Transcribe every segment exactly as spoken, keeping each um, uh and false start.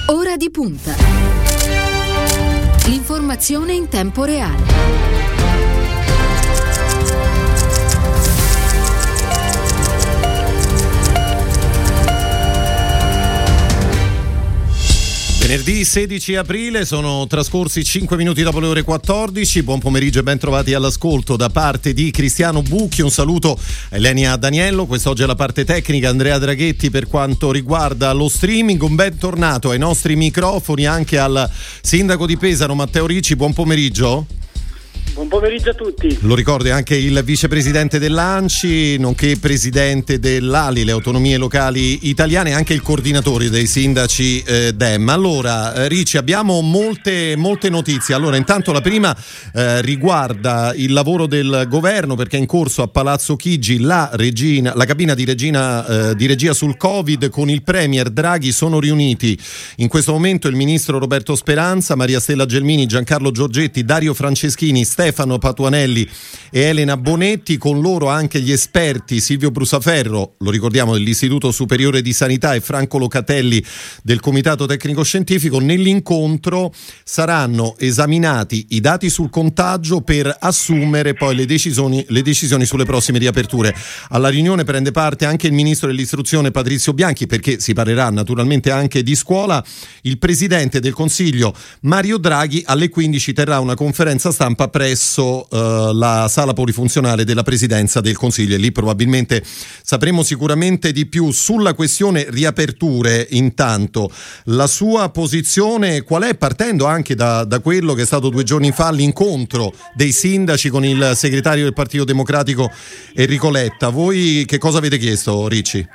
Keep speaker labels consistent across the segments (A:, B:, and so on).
A: Ora di punta. L'informazione in tempo reale.
B: Venerdì sedici aprile, sono trascorsi cinque minuti dopo le ore quattordici. Buon pomeriggio e ben trovati all'ascolto da parte di Cristiano Bucchi. Un saluto a Elenia Daniello. Quest'oggi è la parte tecnica, Andrea Draghetti per quanto riguarda lo streaming. Un bentornato ai nostri microfoni anche al sindaco di Pesaro Matteo Ricci. Buon pomeriggio.
C: Buon pomeriggio a tutti.
B: Lo ricordi anche il vicepresidente dell'ANCI, nonché presidente dell'A L I, le autonomie locali italiane, e anche il coordinatore dei sindaci eh, D E M. Allora, eh, Ricci, abbiamo molte, molte notizie. Allora, intanto la prima eh, riguarda il lavoro del governo, perché è in corso a Palazzo Chigi la, regina, la cabina di, regina, eh, di regia sul Covid. Con il premier Draghi sono riuniti in questo momento il ministro Roberto Speranza, Maria Stella Gelmini, Giancarlo Giorgetti, Dario Franceschini, Stefano Patuanelli e Elena Bonetti, con loro anche gli esperti Silvio Brusaferro, lo ricordiamo, dell'Istituto Superiore di Sanità, e Franco Locatelli del Comitato Tecnico Scientifico. Nell'incontro saranno esaminati i dati sul contagio per assumere poi le decisioni, le decisioni sulle prossime riaperture. Alla riunione prende parte anche il ministro dell'istruzione Patrizio Bianchi, perché si parlerà naturalmente anche di scuola. Il presidente del Consiglio Mario Draghi alle quindici terrà una conferenza stampa presso Uh, la sala polifunzionale della Presidenza del Consiglio, e lì probabilmente sapremo sicuramente di più sulla questione riaperture. Intanto la sua posizione qual è, partendo anche da, da quello che è stato due giorni fa l'incontro dei sindaci con il segretario del Partito Democratico Enrico Letta? Voi che cosa avete chiesto, Ricci?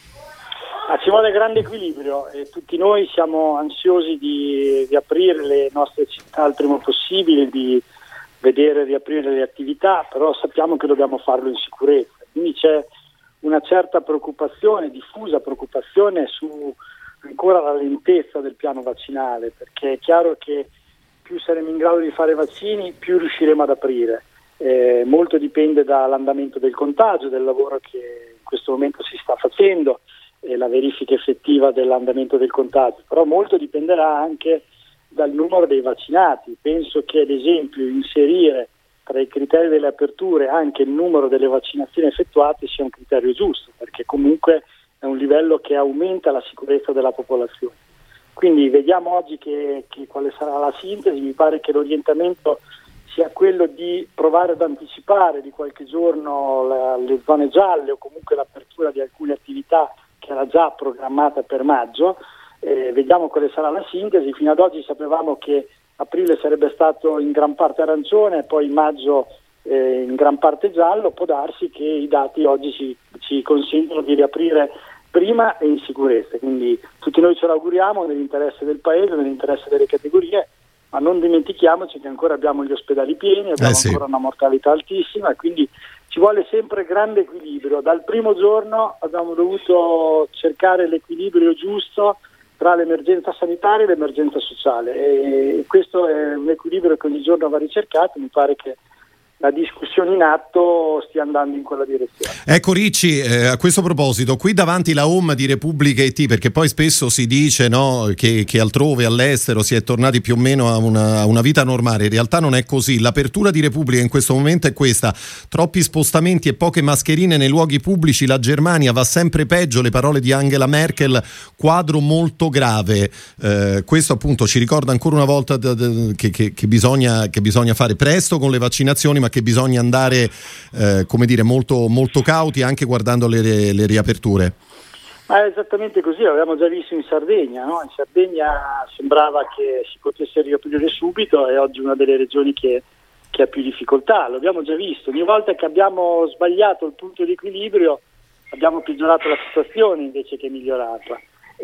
C: Ah, ci vuole grande equilibrio e tutti noi siamo ansiosi di riaprire le nostre città il prima possibile, di vedere riaprire le attività, però sappiamo che dobbiamo farlo in sicurezza. Quindi c'è una certa preoccupazione, diffusa preoccupazione su ancora la lentezza del piano vaccinale, perché è chiaro che più saremo in grado di fare vaccini, più riusciremo ad aprire. Eh, molto dipende dall'andamento del contagio, del lavoro che in questo momento si sta facendo, e la verifica effettiva dell'andamento del contagio, però molto dipenderà anche dal numero dei vaccinati. Penso che ad esempio inserire tra i criteri delle aperture anche il numero delle vaccinazioni effettuate sia un criterio giusto, perché comunque è un livello che aumenta la sicurezza della popolazione. Quindi vediamo oggi che, che quale sarà la sintesi. Mi pare che l'orientamento sia quello di provare ad anticipare di qualche giorno la, le zone gialle, o comunque l'apertura di alcune attività che era già programmata per maggio. Eh, vediamo quale sarà la sintesi. Fino ad oggi sapevamo che aprile sarebbe stato in gran parte arancione e poi maggio eh, in gran parte giallo. Può darsi che i dati oggi ci, ci consentono di riaprire prima e in sicurezza, quindi tutti noi ce l'auguriamo nell'interesse del paese, nell'interesse delle categorie, ma non dimentichiamoci che ancora abbiamo gli ospedali pieni, abbiamo eh sì. ancora una mortalità altissima, e quindi ci vuole sempre grande equilibrio. Dal primo giorno abbiamo dovuto cercare l'equilibrio giusto tra l'emergenza sanitaria e l'emergenza sociale, e questo è un equilibrio che ogni giorno va ricercato. Mi pare che la discussione in atto stia andando in quella direzione.
B: Ecco Ricci, eh, a questo proposito, qui davanti la home di Repubblica I T, perché poi spesso si dice no, che, che altrove, all'estero, si è tornati più o meno a una, a una vita normale. In realtà non è così. L'apertura di Repubblica in questo momento è questa: troppi spostamenti e poche mascherine nei luoghi pubblici, la Germania va sempre peggio, le parole di Angela Merkel, quadro molto grave. Eh, questo appunto ci ricorda ancora una volta d- d- che, che, che, bisogna, che bisogna fare presto con le vaccinazioni, ma che bisogna andare eh, come dire molto, molto cauti anche guardando le, le riaperture.
C: Ma è esattamente così, l'abbiamo già visto in Sardegna, no? In Sardegna sembrava che si potesse riaprire subito, e oggi è una delle regioni che, che ha più difficoltà. Lo abbiamo già visto, ogni volta che abbiamo sbagliato il punto di equilibrio abbiamo peggiorato la situazione invece che migliorata.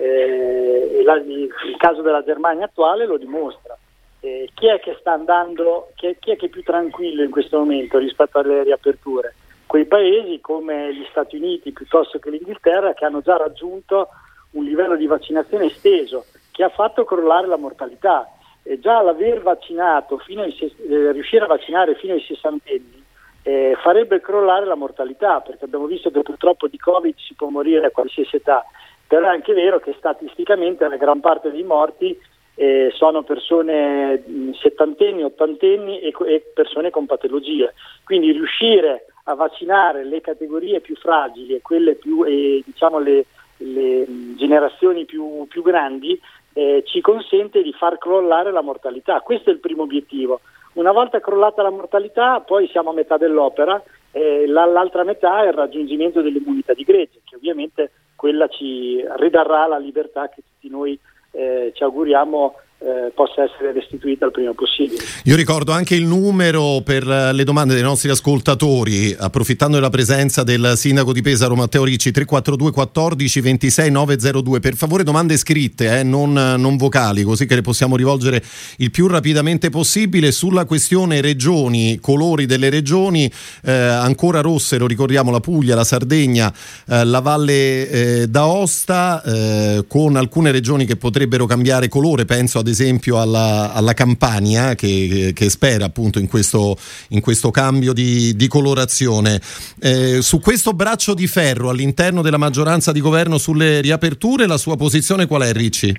C: Eh, e la, il caso della Germania attuale lo dimostra. Eh, chi è che sta andando, chi è, chi è che è più tranquillo in questo momento rispetto alle riaperture? Quei paesi come gli Stati Uniti piuttosto che l'Inghilterra, che hanno già raggiunto un livello di vaccinazione esteso che ha fatto crollare la mortalità. E già l'aver vaccinato fino ai, eh, riuscire a vaccinare fino ai sessantenni eh, farebbe crollare la mortalità, perché abbiamo visto che purtroppo di Covid si può morire a qualsiasi età. però è anche vero che statisticamente la gran parte dei morti eh, sono persone settantenni, ottantenni e, e persone con patologie, quindi riuscire a vaccinare le categorie più fragili e quelle più, eh, diciamo le, le generazioni più, più grandi eh, ci consente di far crollare la mortalità. Questo è il primo obiettivo. Una volta crollata la mortalità, poi siamo a metà dell'opera, eh, l'altra metà è il raggiungimento dell'immunità di gregge, che ovviamente quella ci ridarrà la libertà che tutti noi eh, ci auguriamo Eh, possa essere restituita il prima possibile.
B: Io ricordo anche il numero per le domande dei nostri ascoltatori, approfittando della presenza del sindaco di Pesaro Matteo Ricci. Tre quattro due quattordici ventisei novecentodue, per favore domande scritte, eh, non, non vocali, così che le possiamo rivolgere il più rapidamente possibile. Sulla questione regioni, colori delle regioni, eh, ancora rosse, lo ricordiamo, la Puglia, la Sardegna, eh, la Valle eh, d'Aosta, eh, con alcune regioni che potrebbero cambiare colore, penso ad esempio alla, alla Campania che, che spera appunto in questo, in questo cambio di, di colorazione. Eh, su questo braccio di ferro all'interno della maggioranza di governo sulle riaperture, la sua posizione qual è, Ricci?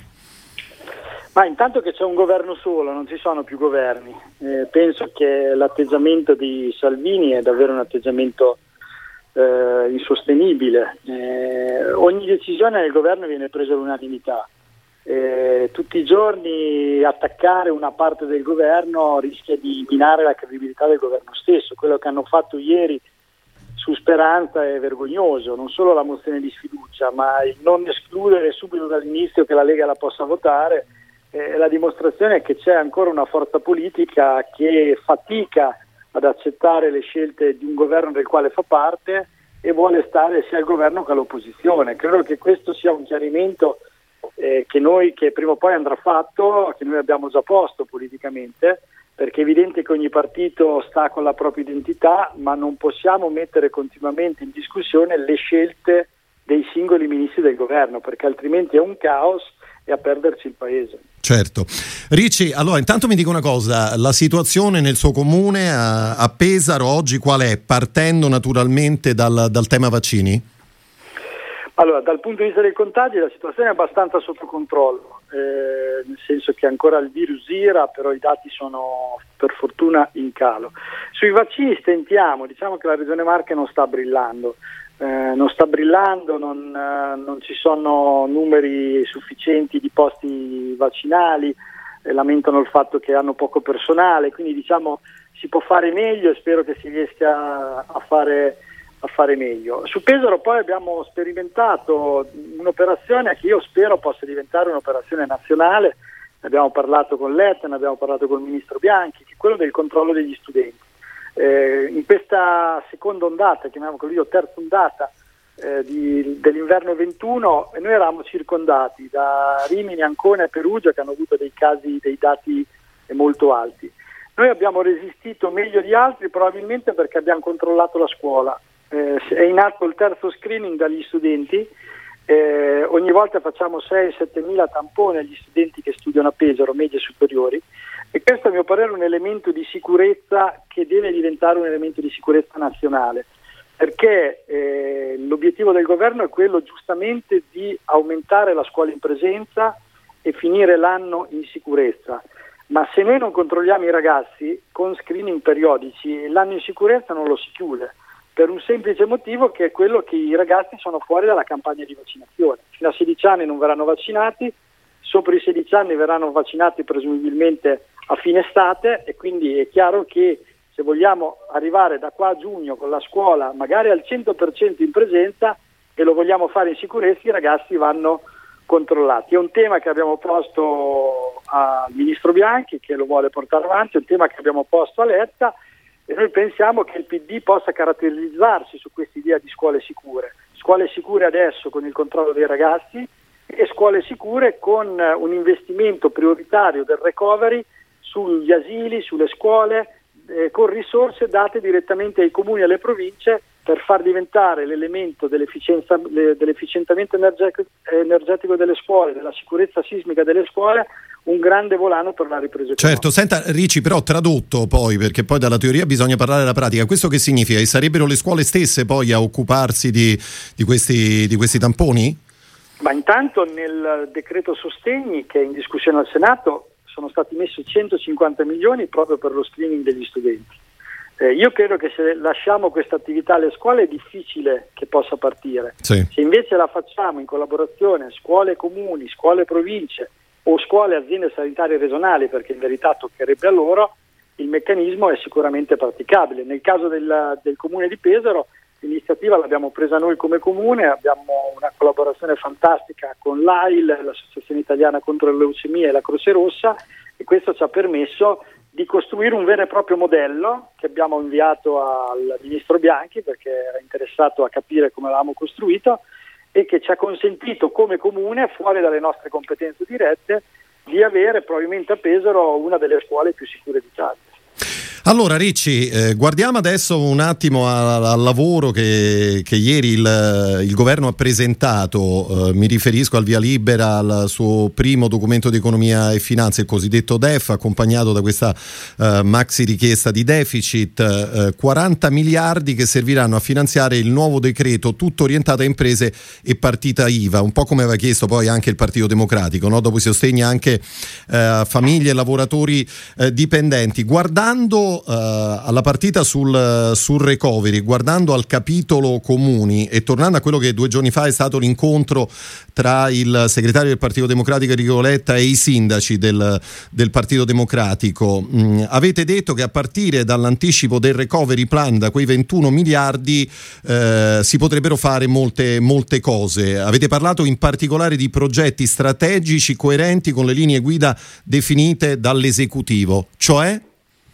C: Ma intanto che c'è un governo solo, non ci sono più governi. Eh, penso che l'atteggiamento di Salvini è davvero un atteggiamento eh, insostenibile. Eh, ogni decisione del governo viene presa all'unanimità. Eh, tutti i giorni attaccare una parte del governo rischia di minare la credibilità del governo stesso. Quello che hanno fatto ieri su Speranza è vergognoso, non solo la mozione di sfiducia, ma il non escludere subito dall'inizio che la Lega la possa votare è la dimostrazione che c'è ancora una forza politica che fatica ad accettare le scelte di un governo del quale fa parte e vuole stare sia al governo che all'opposizione. Credo che questo sia un chiarimento Eh, che noi che prima o poi andrà fatto, che noi abbiamo già posto politicamente, perché è evidente che ogni partito sta con la propria identità, ma non possiamo mettere continuamente in discussione le scelte dei singoli ministri del governo, perché altrimenti è un caos e a perderci il paese.
B: Certo. Ricci, allora intanto mi dica una cosa, la situazione nel suo comune a, a Pesaro oggi qual è, partendo naturalmente dal, dal tema vaccini?
C: Allora, dal punto di vista dei contagi la situazione è abbastanza sotto controllo, eh, nel senso che ancora il virus gira, però i dati sono per fortuna in calo. Sui vaccini stentiamo, diciamo che la Regione Marche non sta brillando, eh, non sta brillando, non, eh, non ci sono numeri sufficienti di posti vaccinali, eh, lamentano il fatto che hanno poco personale, quindi diciamo si può fare meglio e spero che si riesca a fare a fare meglio. Su Pesaro poi abbiamo sperimentato un'operazione che io spero possa diventare un'operazione nazionale, ne abbiamo parlato con Letta, ne abbiamo parlato con il ministro Bianchi, che è quello del controllo degli studenti. Eh, in questa seconda ondata, chiamiamo così, o terza ondata eh, di, dell'inverno ventuno, noi eravamo circondati da Rimini, Ancona e Perugia, che hanno avuto dei casi, dei dati molto alti. Noi abbiamo resistito meglio di altri probabilmente perché abbiamo controllato la scuola. Eh, è in atto il terzo screening dagli studenti, eh, ogni volta facciamo sei sette mila tamponi agli studenti che studiano a Pesaro, medie e superiori, e questo a mio parere è un elemento di sicurezza che deve diventare un elemento di sicurezza nazionale, perché eh, l'obiettivo del governo è quello giustamente di aumentare la scuola in presenza e finire l'anno in sicurezza, ma se noi non controlliamo i ragazzi con screening periodici l'anno in sicurezza non lo si chiude, per un semplice motivo che è quello che i ragazzi sono fuori dalla campagna di vaccinazione. Fino a sedici anni non verranno vaccinati, sopra i sedici anni verranno vaccinati presumibilmente a fine estate e quindi è chiaro che se vogliamo arrivare da qua a giugno con la scuola magari al cento per cento in presenza e lo vogliamo fare in sicurezza, i ragazzi vanno controllati. È un tema che abbiamo posto al ministro Bianchi, che lo vuole portare avanti, è un tema che abbiamo posto a Letta, e noi pensiamo che il P D possa caratterizzarsi su questa idea di scuole sicure. Scuole sicure adesso con il controllo dei ragazzi e scuole sicure con un investimento prioritario del recovery sugli asili, sulle scuole, eh, con risorse date direttamente ai comuni e alle province per far diventare l'elemento dell'efficienza, dell'efficientamento energetico, energetico delle scuole, della sicurezza sismica delle scuole, un grande volano per la ripresa economica.
B: Certo, senta Ricci, però tradotto poi, perché poi dalla teoria bisogna parlare della pratica, questo che significa? Che sarebbero le scuole stesse poi a occuparsi di, di, questi, di questi tamponi?
C: Ma intanto nel decreto sostegni che è in discussione al Senato sono stati messi centocinquanta milioni proprio per lo screening degli studenti. Eh, io credo che se lasciamo questa attività alle scuole è difficile che possa partire.
B: Sì.
C: Se invece la facciamo in collaborazione scuole comuni, scuole province o scuole aziende sanitarie regionali, perché in verità toccherebbe a loro, il meccanismo è sicuramente praticabile. Nel caso del, del comune di Pesaro l'iniziativa l'abbiamo presa noi come comune, abbiamo una collaborazione fantastica con l'A I L, l'Associazione Italiana contro le Leucemie e la Croce Rossa, e questo ci ha permesso di costruire un vero e proprio modello che abbiamo inviato al ministro Bianchi perché era interessato a capire come l'avevamo costruito e che ci ha consentito come comune, fuori dalle nostre competenze dirette, di avere probabilmente a Pesaro una delle scuole più sicure d'Italia.
B: Allora Ricci, eh, guardiamo adesso un attimo al, al lavoro che, che ieri il, il governo ha presentato, eh, mi riferisco al via libera al suo primo documento di economia e finanza, il cosiddetto D E F, accompagnato da questa eh, maxi richiesta di deficit, eh, quaranta miliardi che serviranno a finanziare il nuovo decreto tutto orientato a imprese e partita I V A, un po' come aveva chiesto poi anche il Partito Democratico, no? Dopo si sostegna anche eh, famiglie e lavoratori eh, dipendenti. Guardando Uh, alla partita sul, sul recovery, guardando al capitolo comuni e tornando a quello che due giorni fa è stato l'incontro tra il segretario del Partito Democratico Enrico Letta e i sindaci del, del Partito Democratico, mh, avete detto che a partire dall'anticipo del recovery plan, da quei ventuno miliardi, eh, si potrebbero fare molte, molte cose. Avete parlato in particolare di progetti strategici coerenti con le linee guida definite dall'esecutivo, cioè?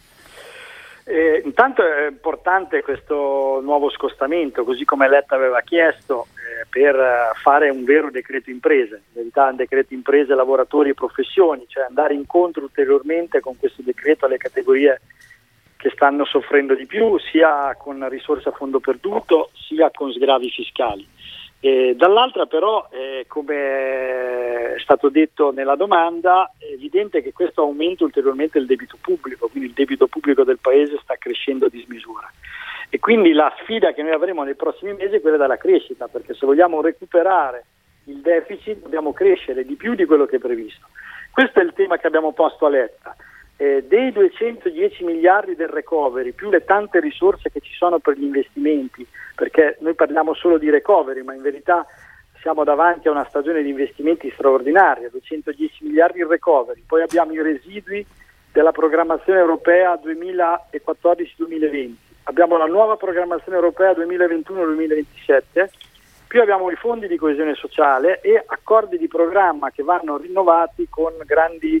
C: Eh, intanto è importante questo nuovo scostamento, così come Letta aveva chiesto, eh, per fare un vero decreto imprese, in verità un decreto imprese, lavoratori e professioni, cioè andare incontro ulteriormente con questo decreto alle categorie che stanno soffrendo di più, sia con risorse a fondo perduto, sia con sgravi fiscali. E dall'altra però, eh, come è stato detto nella domanda, è evidente che questo aumenta ulteriormente il debito pubblico, quindi il debito pubblico del Paese sta crescendo a dismisura. E quindi la sfida che noi avremo nei prossimi mesi è quella della crescita, perché se vogliamo recuperare il deficit dobbiamo crescere di più di quello che è previsto. Questo è il tema che abbiamo posto a Letta. Eh, dei duecentodieci miliardi del recovery, più le tante risorse che ci sono per gli investimenti, perché noi parliamo solo di recovery, ma in verità siamo davanti a una stagione di investimenti straordinaria, duecentodieci miliardi in recovery, poi abbiamo i residui della programmazione europea duemilaquattordici duemilaventi, abbiamo la nuova programmazione europea duemilaventuno duemilaventisette, più abbiamo i fondi di coesione sociale e accordi di programma che vanno rinnovati con grandi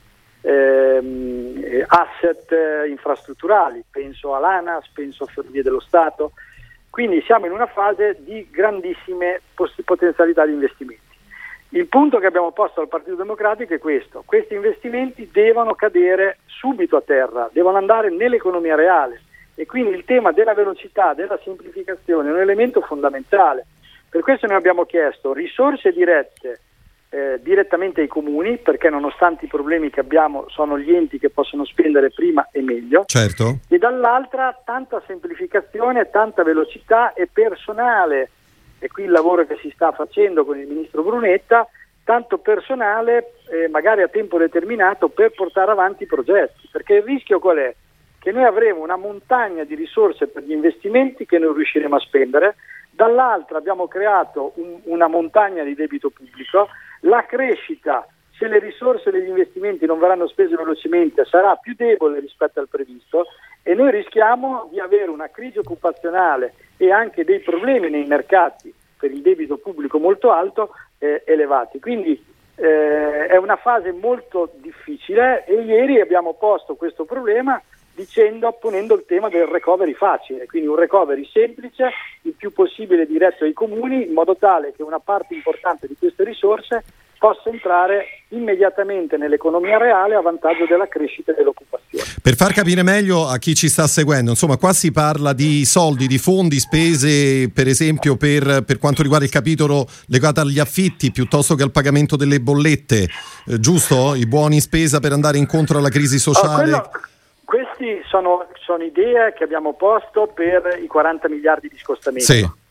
C: Ehm, asset eh, infrastrutturali, penso all'ANAS, penso a Ferrovie dello Stato, quindi siamo in una fase di grandissime poss- potenzialità di investimenti. Il punto che abbiamo posto al Partito Democratico è questo: questi investimenti devono cadere subito a terra, devono andare nell'economia reale e quindi il tema della velocità, della semplificazione è un elemento fondamentale. Per questo noi abbiamo chiesto risorse dirette Eh, direttamente ai comuni, perché nonostante i problemi che abbiamo sono gli enti che possono spendere prima e meglio,
B: certo,
C: e dall'altra tanta semplificazione, tanta velocità e personale, e qui il lavoro che si sta facendo con il ministro Brunetta, tanto personale eh, magari a tempo determinato per portare avanti i progetti, perché il rischio qual è? Che noi avremo una montagna di risorse per gli investimenti che non riusciremo a spendere, dall'altra abbiamo creato un, una montagna di debito pubblico. La crescita, se le risorse degli investimenti non verranno spese velocemente, sarà più debole rispetto al previsto e noi rischiamo di avere una crisi occupazionale e anche dei problemi nei mercati per il debito pubblico molto alto, eh, elevati. Quindi eh, è una fase molto difficile e ieri abbiamo posto questo problema dicendo, ponendo il tema del recovery facile, quindi un recovery semplice, il più possibile diretto ai comuni, in modo tale che una parte importante di queste risorse possa entrare immediatamente nell'economia reale a vantaggio della crescita e dell'occupazione.
B: Per far capire meglio a chi ci sta seguendo, insomma, qua si parla di soldi, di fondi spese, per esempio per, per quanto riguarda il capitolo legato agli affitti piuttosto che al pagamento delle bollette, eh, giusto? I buoni spesa per andare incontro alla crisi sociale.
C: Oh, quello... Questi sono, sono idee che abbiamo posto per i quaranta miliardi di scostamento.
B: Sì.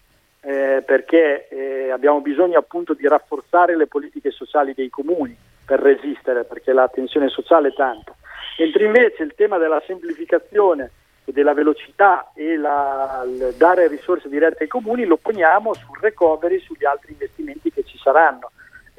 C: eh, perché eh, abbiamo bisogno appunto di rafforzare le politiche sociali dei comuni per resistere, perché la tensione sociale è tanta. Mentre invece il tema della semplificazione e della velocità e la, il dare risorse dirette ai comuni lo poniamo sul recovery, sugli altri investimenti che ci saranno.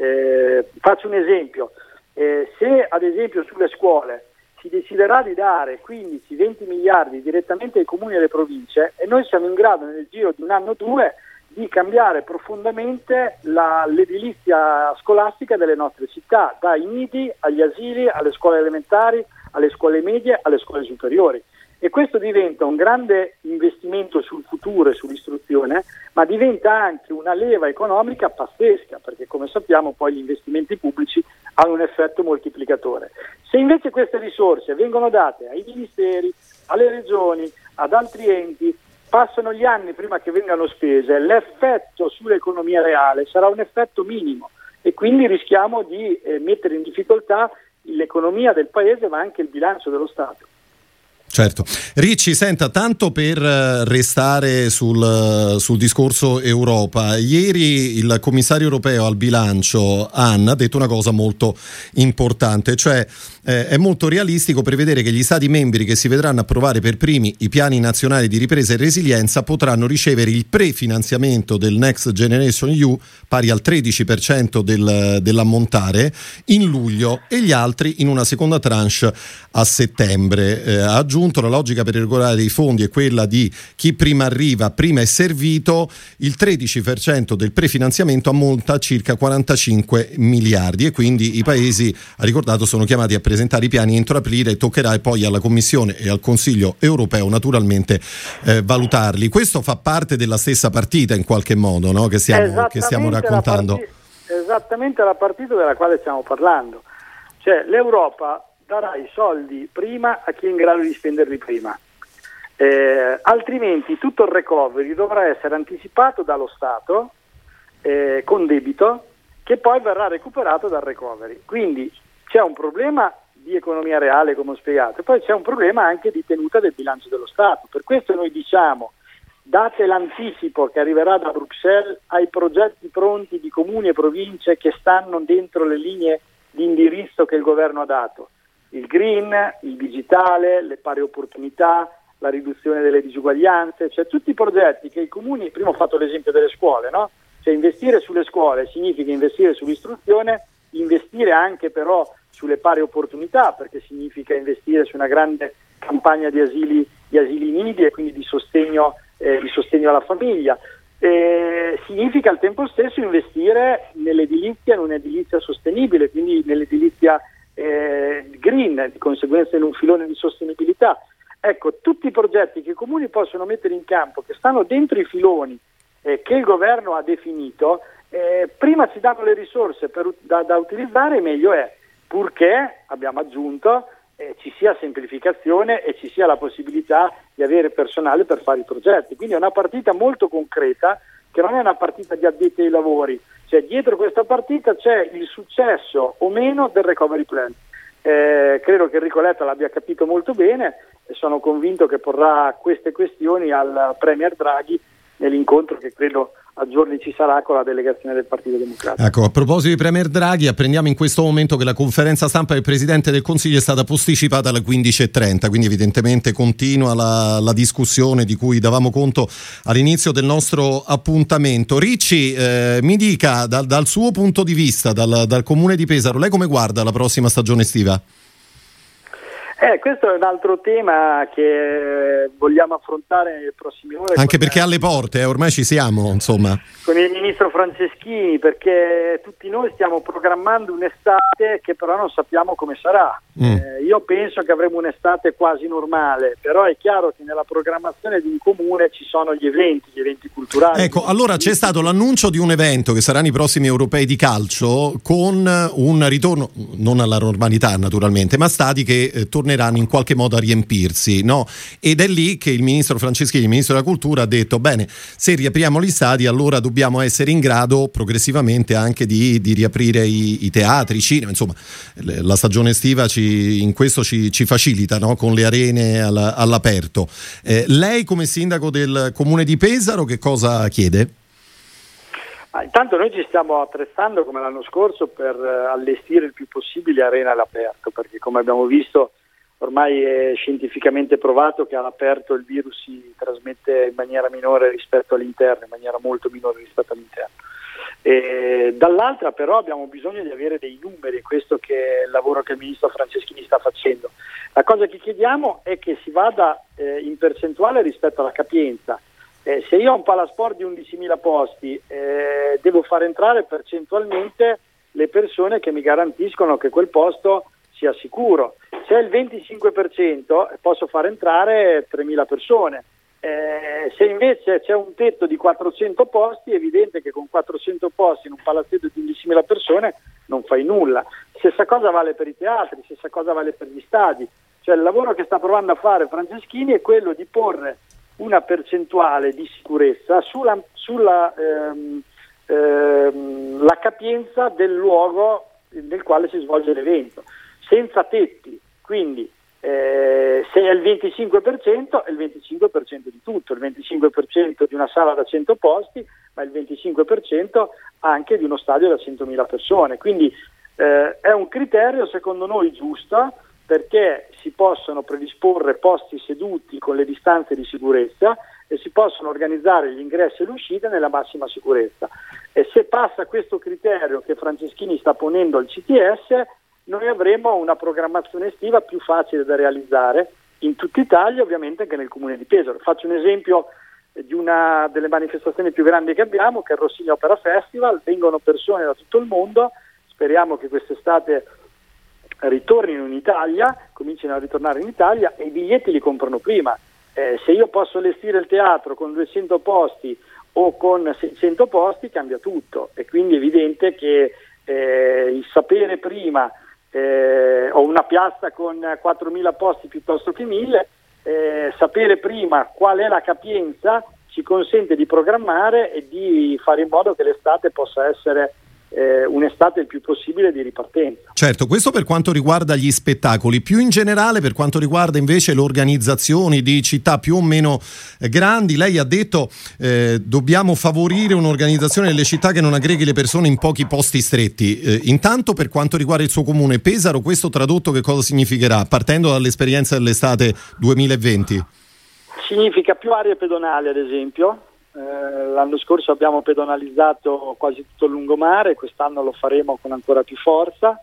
C: Eh, faccio un esempio, eh, se ad esempio sulle scuole si deciderà di dare quindici venti miliardi direttamente ai comuni e alle province, e noi siamo in grado nel giro di un anno o due di cambiare profondamente la, l'edilizia scolastica delle nostre città, dai nidi agli asili, alle scuole elementari, alle scuole medie, alle scuole superiori. E questo diventa un grande investimento sul futuro e sull'istruzione, ma diventa anche una leva economica pazzesca, perché come sappiamo poi gli investimenti pubblici hanno un effetto moltiplicatore. Se invece queste risorse vengono date ai ministeri, alle regioni, ad altri enti, passano gli anni prima che vengano spese, l'effetto sull'economia reale sarà un effetto minimo e quindi rischiamo di eh, mettere in difficoltà l'economia del Paese ma anche il bilancio dello Stato.
B: Certo. Ricci, senta, tanto per restare sul, sul discorso Europa, ieri il commissario europeo al bilancio Hahn ha detto una cosa molto importante, cioè eh, è molto realistico prevedere che gli stati membri che si vedranno approvare per primi i piani nazionali di ripresa e resilienza potranno ricevere il prefinanziamento del Next Generation E U pari al tredici per cento del, dell'ammontare in luglio e gli altri in una seconda tranche a settembre. Eh, ha aggiunto la logica per regolare i fondi è quella di chi prima arriva prima è servito. Il tredici per cento del prefinanziamento ammonta a circa quarantacinque miliardi e quindi i paesi, ha ricordato, sono chiamati a presentare i piani entro aprile e toccherà poi alla Commissione e al Consiglio europeo naturalmente eh, valutarli. Questo fa parte della stessa partita in qualche modo, no? che, stiamo, che stiamo raccontando.
C: La partita, esattamente la partita della quale stiamo parlando, cioè l'Europa darà i soldi prima a chi è in grado di spenderli prima, eh, altrimenti tutto il recovery dovrà essere anticipato dallo Stato eh, con debito che poi verrà recuperato dal recovery. Quindi c'è un problema di economia reale, come ho spiegato, e poi c'è un problema anche di tenuta del bilancio dello Stato. Per questo noi diciamo: date l'anticipo che arriverà da Bruxelles ai progetti pronti di comuni e province che stanno dentro le linee di indirizzo che il governo ha dato. Il green, il digitale, le pari opportunità, la riduzione delle disuguaglianze, cioè tutti i progetti che i comuni, prima ho fatto l'esempio delle scuole, no? Cioè investire sulle scuole significa investire sull'istruzione, investire anche però sulle pari opportunità, perché significa investire su una grande campagna di asili, di asili nidi e quindi di sostegno, eh, di sostegno alla famiglia. Eh, significa al tempo stesso investire nell'edilizia, in un'edilizia sostenibile, quindi nell'edilizia Eh, green, di conseguenza in un filone di sostenibilità. Ecco, tutti i progetti che i comuni possono mettere in campo, che stanno dentro i filoni eh, che il governo ha definito, eh, prima ci danno le risorse per, da, da utilizzare, meglio è, purché, abbiamo aggiunto, eh, ci sia semplificazione e ci sia la possibilità di avere personale per fare i progetti. Quindi è una partita molto concreta, che non è una partita di addetti ai lavori, cioè dietro questa partita c'è il successo o meno del recovery plan. Eh, credo che Enrico Letta l'abbia capito molto bene e sono convinto che porrà queste questioni al Premier Draghi nell'incontro che credo a giorni ci sarà con la delegazione del Partito Democratico.
B: Ecco, a proposito di Premier Draghi, apprendiamo in questo momento che la conferenza stampa del Presidente del Consiglio è stata posticipata alle quindici e trenta, quindi evidentemente continua la, la discussione di cui davamo conto all'inizio del nostro appuntamento. Ricci, eh, mi dica dal, dal suo punto di vista, dal, dal Comune di Pesaro, lei come guarda la prossima stagione estiva?
C: Eh, questo è un altro tema che vogliamo affrontare nelle prossime ore.
B: Anche perché alle porte, eh, ormai ci siamo, insomma.
C: Con il ministro Franceschini, perché tutti noi stiamo programmando un'estate che però non sappiamo come sarà. Mm. Eh, io penso che avremo un'estate quasi normale, però è chiaro che nella programmazione di un comune ci sono gli eventi, gli eventi culturali.
B: Ecco, allora c'è stato l'annuncio di un evento che saranno i prossimi europei di calcio con un ritorno, non alla normalità naturalmente, ma stadi che eh, torneranno in qualche modo a riempirsi, no? Ed è lì che il ministro Franceschini, il ministro della cultura, ha detto: bene, se riapriamo gli stadi allora dobbiamo essere in grado progressivamente anche di, di riaprire i, i teatri, i cinema, insomma la stagione estiva ci, in questo ci, ci facilita, no? Con le arene all, all'aperto. Eh, lei come sindaco del Comune di Pesaro che cosa chiede?
C: Ah, intanto noi ci stiamo attrezzando come l'anno scorso per uh, allestire il più possibile arena all'aperto, perché come abbiamo visto ormai è scientificamente provato che all'aperto il virus si trasmette in maniera minore rispetto all'interno, in maniera molto minore rispetto all'interno. E dall'altra però abbiamo bisogno di avere dei numeri, questo che è il lavoro che il ministro Franceschini sta facendo. La cosa che chiediamo è che si vada eh, in percentuale rispetto alla capienza. Eh, se io ho un palasport di undicimila posti, eh, devo far entrare percentualmente le persone che mi garantiscono che quel posto sia sicuro. Se è il venticinque per cento posso far entrare tremila persone. Eh, se invece c'è un tetto di quattrocento posti, è evidente che con quattrocento posti in un palazzetto di undicimila persone non fai nulla. Stessa cosa vale per i teatri, stessa cosa vale per gli stadi. Cioè il lavoro che sta provando a fare Franceschini è quello di porre una percentuale di sicurezza sulla, sulla ehm, ehm, la capienza del luogo nel quale si svolge l'evento, senza tetti. Quindi eh, se è il venticinque per cento è il venticinque per cento di tutto, il venticinque per cento di una sala da cento posti, ma il venticinque per cento anche di uno stadio da centomila persone. Quindi eh, è un criterio secondo noi giusto, perché si possono predisporre posti seduti con le distanze di sicurezza e si possono organizzare gli ingressi e le uscite nella massima sicurezza. E se passa questo criterio che Franceschini sta ponendo al C T S, noi avremo una programmazione estiva più facile da realizzare in tutta Italia, ovviamente anche nel comune di Pesaro. Faccio un esempio di una delle manifestazioni più grandi che abbiamo, che è il Rossini Opera Festival. Vengono persone da tutto il mondo, speriamo che quest'estate ritornino in Italia, cominciano a ritornare in Italia, e i biglietti li comprano prima. Eh, se io posso allestire il teatro con duecento posti o con seicento posti, cambia tutto, e quindi è evidente che eh, il sapere prima eh, ho una piazza con quattromila posti piuttosto che mille, eh, sapere prima qual è la capienza ci consente di programmare e di fare in modo che l'estate possa essere Eh, un'estate il più possibile di ripartenza.
B: Certo, questo per quanto riguarda gli spettacoli. Più in generale, per quanto riguarda invece le organizzazioni di città più o meno eh, grandi, lei ha detto eh, dobbiamo favorire un'organizzazione delle città che non aggreghi le persone in pochi posti stretti. Eh, intanto per quanto riguarda il suo comune Pesaro, questo tradotto che cosa significherà, partendo dall'esperienza dell'estate duemilaventi?
C: Significa più aree pedonali, ad esempio. Eh, l'anno scorso abbiamo pedonalizzato quasi tutto il lungomare, quest'anno lo faremo con ancora più forza.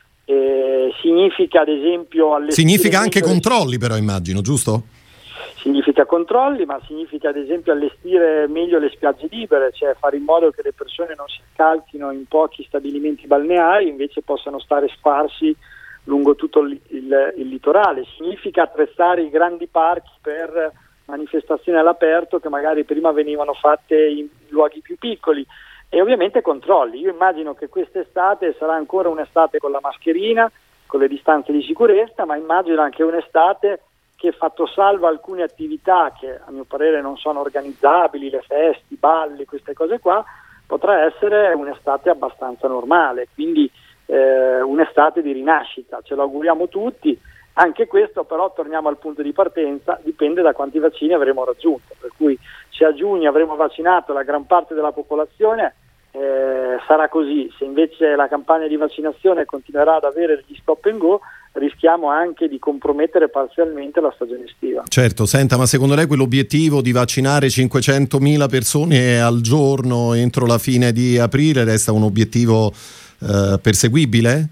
C: Eh, significa ad esempio
B: significa anche controlli, però immagino, giusto?
C: Significa controlli, ma significa ad esempio allestire meglio le spiagge libere, cioè fare in modo che le persone non si accalchino in pochi stabilimenti balneari, invece possano stare sparsi lungo tutto il, il, il litorale. Significa attrezzare i grandi parchi per manifestazioni all'aperto che magari prima venivano fatte in luoghi più piccoli, e ovviamente controlli. Io immagino che quest'estate sarà ancora un'estate con la mascherina, con le distanze di sicurezza, ma immagino anche un'estate che, fatto salvo alcune attività che a mio parere non sono organizzabili, le feste, i balli, queste cose qua, potrà essere un'estate abbastanza normale, quindi eh, un'estate di rinascita, ce lo auguriamo tutti. Anche questo però, torniamo al punto di partenza, dipende da quanti vaccini avremo raggiunto, per cui se a giugno avremo vaccinato la gran parte della popolazione eh, sarà così. Se invece la campagna di vaccinazione continuerà ad avere degli stop and go, rischiamo anche di compromettere parzialmente la stagione estiva.
B: Certo, senta, ma secondo lei quell'obiettivo di vaccinare cinquecentomila persone al giorno entro la fine di aprile resta un obiettivo eh, perseguibile?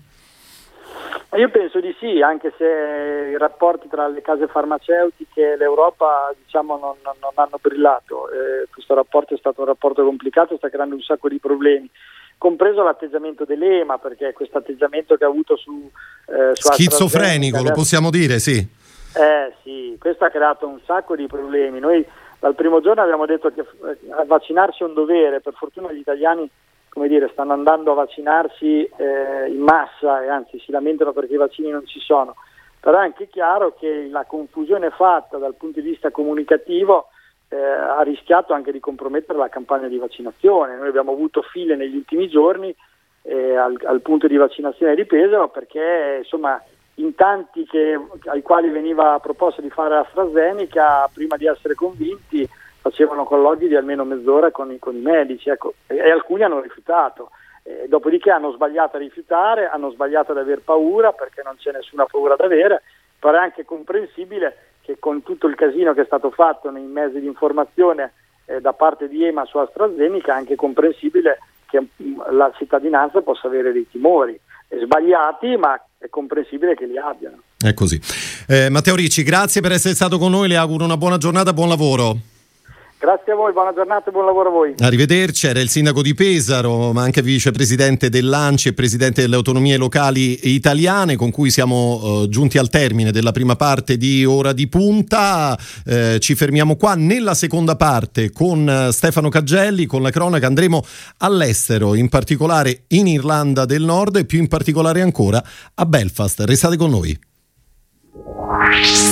C: Io penso di sì, anche se i rapporti tra le case farmaceutiche e l'Europa diciamo non, non, non hanno brillato. Eh, questo rapporto è stato un rapporto complicato, sta creando un sacco di problemi, compreso l'atteggiamento dell'E M A, perché questo atteggiamento che ha avuto su, eh, su
B: schizofrenico,
C: adesso,
B: lo possiamo dire, sì.
C: Eh sì, questo ha creato un sacco di problemi. Noi dal primo giorno abbiamo detto che vaccinarsi è un dovere, per fortuna gli italiani, come dire, stanno andando a vaccinarsi eh, in massa, e anzi si lamentano perché i vaccini non ci sono, però è anche chiaro che la confusione fatta dal punto di vista comunicativo eh, ha rischiato anche di compromettere la campagna di vaccinazione. Noi abbiamo avuto file negli ultimi giorni eh, al, al punto di vaccinazione di Pesaro, perché insomma in tanti che, ai quali veniva proposto di fare AstraZeneca, prima di essere convinti facevano colloqui di almeno mezz'ora con i, con i medici, ecco, e, e alcuni hanno rifiutato. Eh, dopodiché hanno sbagliato a rifiutare, hanno sbagliato ad aver paura, perché non c'è nessuna paura da avere, però è anche comprensibile che con tutto il casino che è stato fatto nei mezzi di informazione eh, da parte di EMA su AstraZeneca, è anche comprensibile che mh, la cittadinanza possa avere dei timori eh, sbagliati, ma è comprensibile che li abbiano.
B: È così. Eh, Matteo Ricci, grazie per essere stato con noi, le auguro una buona giornata, buon lavoro.
C: Grazie a voi, buona giornata e buon lavoro a voi.
B: Arrivederci, era il sindaco di Pesaro, ma anche vicepresidente dell'ANCI e presidente delle autonomie locali italiane, con cui siamo eh, giunti al termine della prima parte di Ora di Punta. Eh, ci fermiamo qua. Nella seconda parte con Stefano Caggelli, con la cronaca, andremo all'estero, in particolare in Irlanda del Nord e più in particolare ancora a Belfast. Restate con noi.